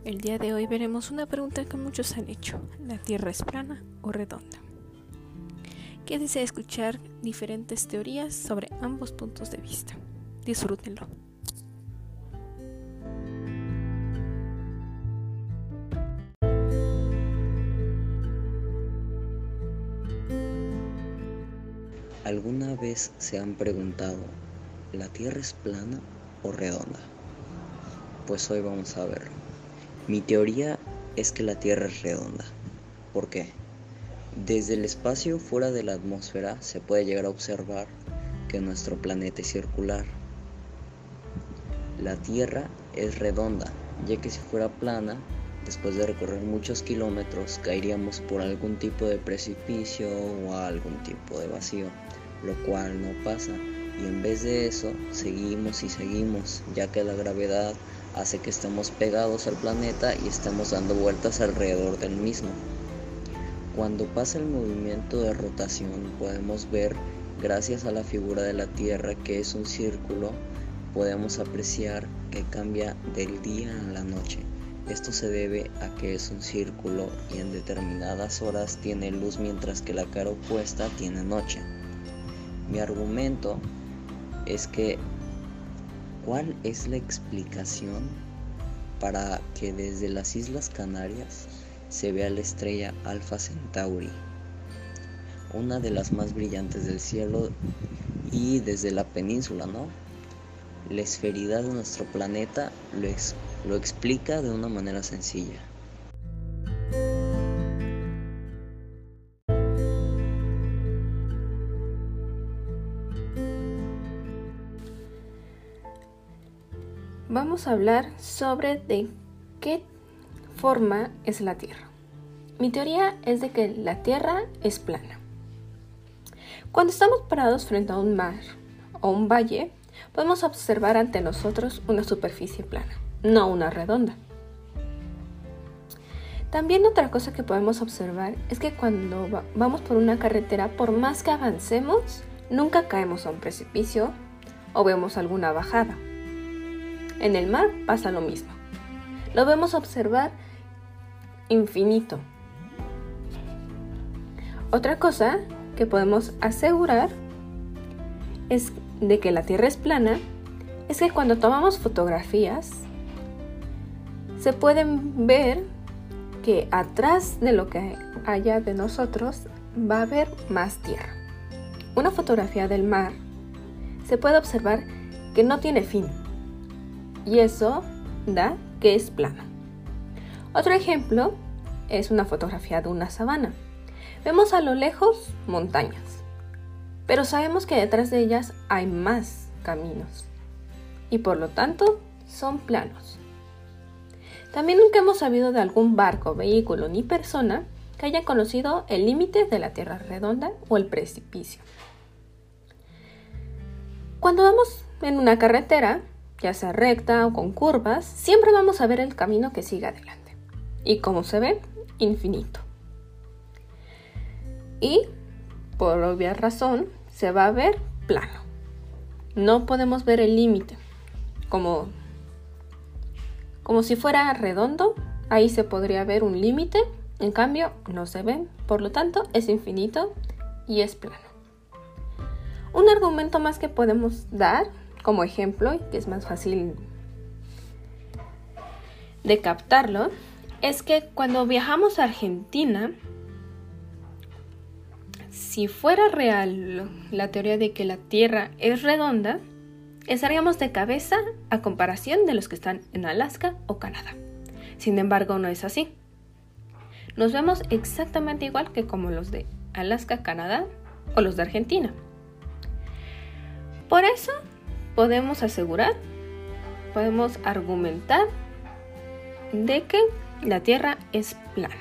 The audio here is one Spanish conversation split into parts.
El día de hoy veremos una pregunta que muchos han hecho: ¿la Tierra es plana o redonda? Quédense a escuchar diferentes teorías sobre ambos puntos de vista. Disfrútenlo. ¿Alguna vez se han preguntado, ¿la Tierra es plana o redonda? Pues hoy vamos a verlo. Mi teoría es que la Tierra es redonda. ¿Por qué? Desde el espacio fuera de la atmósfera se puede llegar a observar que nuestro planeta es circular. La Tierra es redonda, ya que si fuera plana, después de recorrer muchos kilómetros, caeríamos por algún tipo de precipicio o algún tipo de vacío, lo cual no pasa, y en vez de eso, seguimos y seguimos, ya que la gravedad hace que estemos pegados al planeta y estemos dando vueltas alrededor del mismo. Cuando pasa el movimiento de rotación, podemos ver, gracias a la figura de la Tierra, que es un círculo, podemos apreciar que cambia del día a la noche. Esto se debe a que es un círculo y en determinadas horas tiene luz, mientras que la cara opuesta tiene noche. Mi argumento es que, ¿cuál es la explicación para que desde las Islas Canarias se vea la estrella Alpha Centauri, una de las más brillantes del cielo, y desde la península, ¿no? La esferidad de nuestro planeta lo explica de una manera sencilla. Vamos a hablar sobre de qué forma es la Tierra. Mi teoría es de que la Tierra es plana. Cuando estamos parados frente a un mar o un valle, podemos observar ante nosotros una superficie plana, no una redonda. También otra cosa que podemos observar es que cuando vamos por una carretera, por más que avancemos, nunca caemos a un precipicio o vemos alguna bajada. En el mar pasa lo mismo. Lo vemos observar infinito. Otra cosa que podemos asegurar es de que la Tierra es plana, es que cuando tomamos fotografías se pueden ver que atrás de lo que haya de nosotros va a haber más tierra. Una fotografía del mar se puede observar que no tiene fin, y eso da que es plano. Otro ejemplo es una fotografía de una sabana. Vemos a lo lejos montañas, pero sabemos que detrás de ellas hay más caminos y por lo tanto son planos. También nunca hemos sabido de algún barco, vehículo ni persona que haya conocido el límite de la Tierra redonda o el precipicio. Cuando vamos en una carretera, ya sea recta o con curvas, siempre vamos a ver el camino que sigue adelante. Y como se ve, infinito. Y, por obvia razón, se va a ver plano. No podemos ver el límite. Como si fuera redondo, ahí se podría ver un límite. En cambio, no se ve. Por lo tanto, es infinito y es plano. Un argumento más que podemos dar como ejemplo, y que es más fácil de captarlo, es que cuando viajamos a Argentina, si fuera real la teoría de que la Tierra es redonda, estaríamos de cabeza a comparación de los que están en Alaska o Canadá. Sin embargo, no es así. Nos vemos exactamente igual que como los de Alaska, Canadá o los de Argentina. Por eso, podemos asegurar, podemos argumentar de que la Tierra es plana.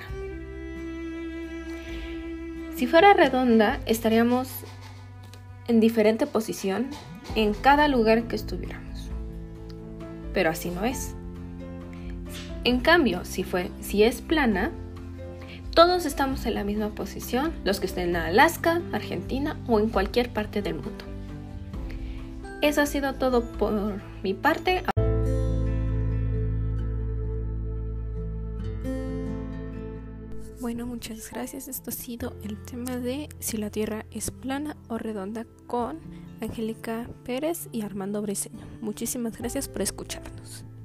Si fuera redonda, estaríamos en diferente posición en cada lugar que estuviéramos. Pero así no es. En cambio, si es plana, todos estamos en la misma posición, los que estén en Alaska, Argentina o en cualquier parte del mundo. Eso ha sido todo por mi parte. Bueno, muchas gracias. Esto ha sido el tema de si la Tierra es plana o redonda con Angélica Pérez y Armando Briceño. Muchísimas gracias por escucharnos.